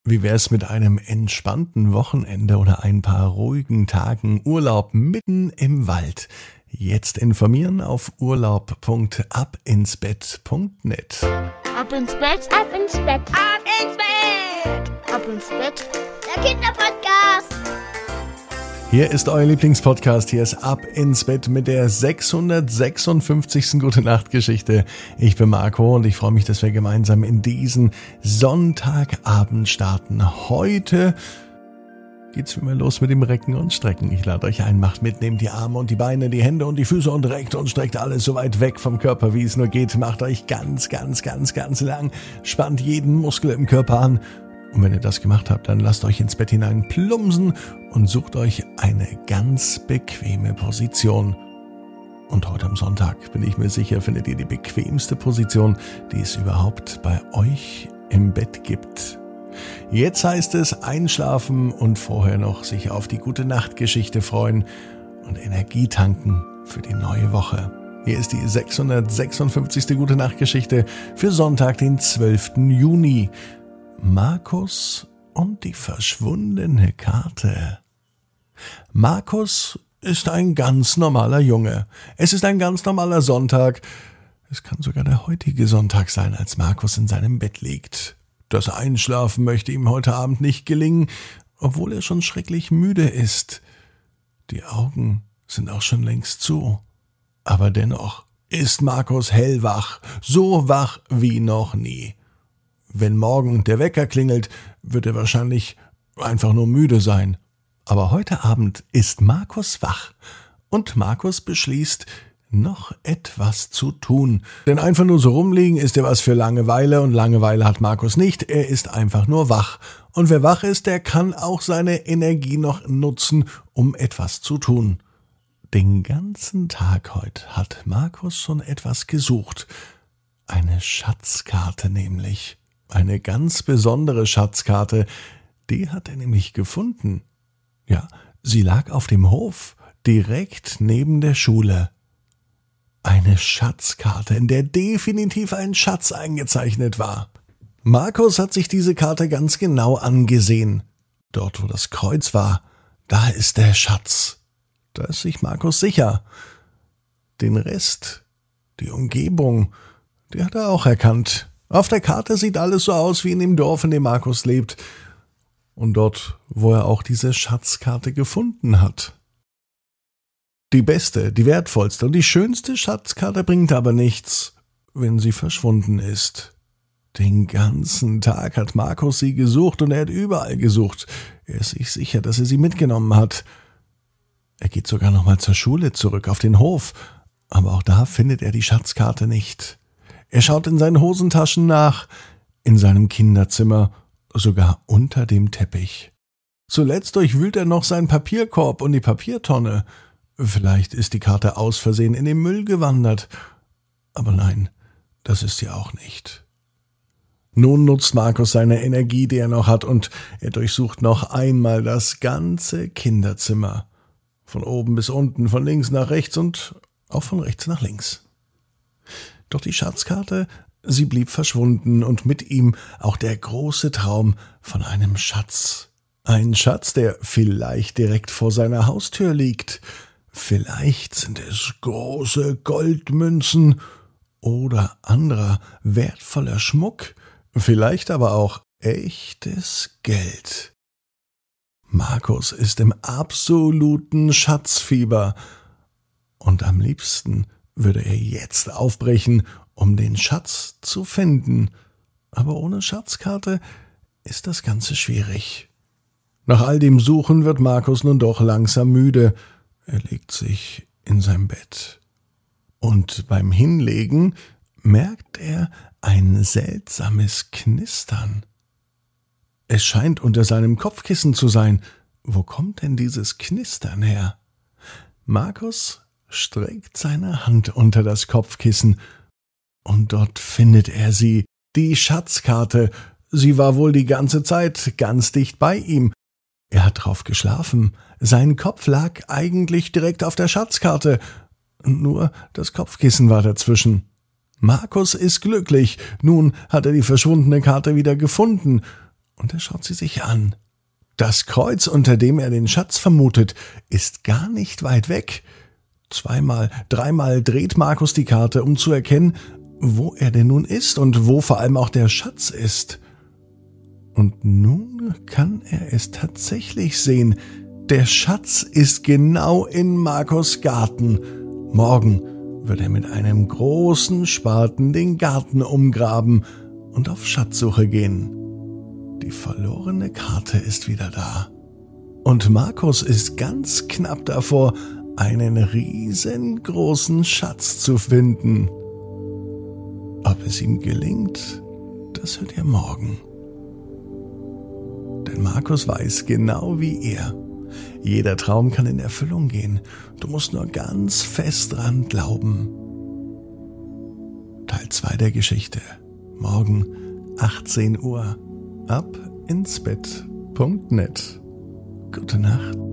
Wie wär's mit einem entspannten Wochenende oder ein paar ruhigen Tagen Urlaub mitten im Wald? Jetzt informieren auf urlaub.abinsbett.net. Ab ins Bett, ab ins Bett, ab ins Bett, ab ins Bett. Der Kinderpodcast. Hier ist euer Lieblingspodcast. Hier ist Ab ins Bett mit der 656. Gute-Nacht-Geschichte. Ich bin Marco und ich freue mich, dass wir gemeinsam in diesen Sonntagabend starten. Heute geht's wie immer los mit dem Recken und Strecken. Ich lade euch ein, macht mit, nehmt die Arme und die Beine, die Hände und die Füße und reckt und streckt alles so weit weg vom Körper, wie es nur geht. Macht euch ganz lang, spannt jeden Muskel im Körper an. Und wenn ihr das gemacht habt, dann lasst euch ins Bett hinein plumpsen und sucht euch eine ganz bequeme Position. Und heute am Sonntag, bin ich mir sicher, findet ihr die bequemste Position, die es überhaupt bei euch im Bett gibt. Jetzt heißt es einschlafen und vorher noch sich auf die Gute-Nacht-Geschichte freuen und Energie tanken für die neue Woche. Hier ist die 656. Gute-Nacht-Geschichte für Sonntag, den 12. Juni. Markus und die verschwundene Karte. Markus ist ein ganz normaler Junge. Es ist ein ganz normaler Sonntag. Es kann sogar der heutige Sonntag sein, als Markus in seinem Bett liegt. Das Einschlafen möchte ihm heute Abend nicht gelingen, obwohl er schon schrecklich müde ist. Die Augen sind auch schon längst zu. Aber dennoch ist Markus hellwach, so wach wie noch nie. Wenn morgen der Wecker klingelt, wird er wahrscheinlich einfach nur müde sein. Aber heute Abend ist Markus wach und Markus beschließt, noch etwas zu tun. Denn einfach nur so rumliegen ist ja was für Langeweile und Langeweile hat Markus nicht. Er ist einfach nur wach. Und wer wach ist, der kann auch seine Energie noch nutzen, um etwas zu tun. Den ganzen Tag heute hat Markus schon etwas gesucht. Eine Schatzkarte nämlich. Eine ganz besondere Schatzkarte, die hat er nämlich gefunden. Ja, sie lag auf dem Hof, direkt neben der Schule. Eine Schatzkarte, in der definitiv ein Schatz eingezeichnet war. Markus hat sich diese Karte ganz genau angesehen. Dort, wo das Kreuz war, da ist der Schatz. Da ist sich Markus sicher. Den Rest, die Umgebung, die hat er auch erkannt. Auf der Karte sieht alles so aus wie in dem Dorf, in dem Markus lebt. Und dort, wo er auch diese Schatzkarte gefunden hat. Die beste, die wertvollste und die schönste Schatzkarte bringt aber nichts, wenn sie verschwunden ist. Den ganzen Tag hat Markus sie gesucht und er hat überall gesucht. Er ist sich sicher, dass er sie mitgenommen hat. Er geht sogar nochmal zur Schule zurück, auf den Hof. Aber auch da findet er die Schatzkarte nicht. Er schaut in seinen Hosentaschen nach, in seinem Kinderzimmer, sogar unter dem Teppich. Zuletzt durchwühlt er noch seinen Papierkorb und die Papiertonne. Vielleicht ist die Karte aus Versehen in den Müll gewandert. Aber nein, das ist sie auch nicht. Nun nutzt Markus seine Energie, die er noch hat, und er durchsucht noch einmal das ganze Kinderzimmer. Von oben bis unten, von links nach rechts und auch von rechts nach links. Doch die Schatzkarte, sie blieb verschwunden und mit ihm auch der große Traum von einem Schatz. Ein Schatz, der vielleicht direkt vor seiner Haustür liegt. Vielleicht sind es große Goldmünzen oder anderer wertvoller Schmuck. Vielleicht aber auch echtes Geld. Markus ist im absoluten Schatzfieber und am liebsten würde er jetzt aufbrechen, um den Schatz zu finden. Aber ohne Schatzkarte ist das Ganze schwierig. Nach all dem Suchen wird Markus nun doch langsam müde. Er legt sich in sein Bett. Und beim Hinlegen merkt er ein seltsames Knistern. Es scheint unter seinem Kopfkissen zu sein. Wo kommt denn dieses Knistern her? Markus streckt seine Hand unter das Kopfkissen und dort findet er sie, die Schatzkarte. Sie war wohl die ganze Zeit ganz dicht bei ihm. Er hat drauf geschlafen. Sein Kopf lag eigentlich direkt auf der Schatzkarte. Nur das Kopfkissen war dazwischen. Markus ist glücklich. Nun hat er die verschwundene Karte wieder gefunden. Und er schaut sie sich an. Das Kreuz, unter dem er den Schatz vermutet, ist gar nicht weit weg. 2-mal, 3-mal dreht Markus die Karte, um zu erkennen, wo er denn nun ist und wo vor allem auch der Schatz ist. Und nun kann er es tatsächlich sehen. Der Schatz ist genau in Markus' Garten. Morgen wird er mit einem großen Spaten den Garten umgraben und auf Schatzsuche gehen. Die verlorene Karte ist wieder da. Und Markus ist ganz knapp davor, einen riesengroßen Schatz zu finden. Ob es ihm gelingt, das hört ihr morgen. Denn Markus weiß genau wie er. Jeder Traum kann in Erfüllung gehen. Du musst nur ganz fest dran glauben. Teil 2 der Geschichte. Morgen 18 Uhr. Ab ins Bett.net. Gute Nacht.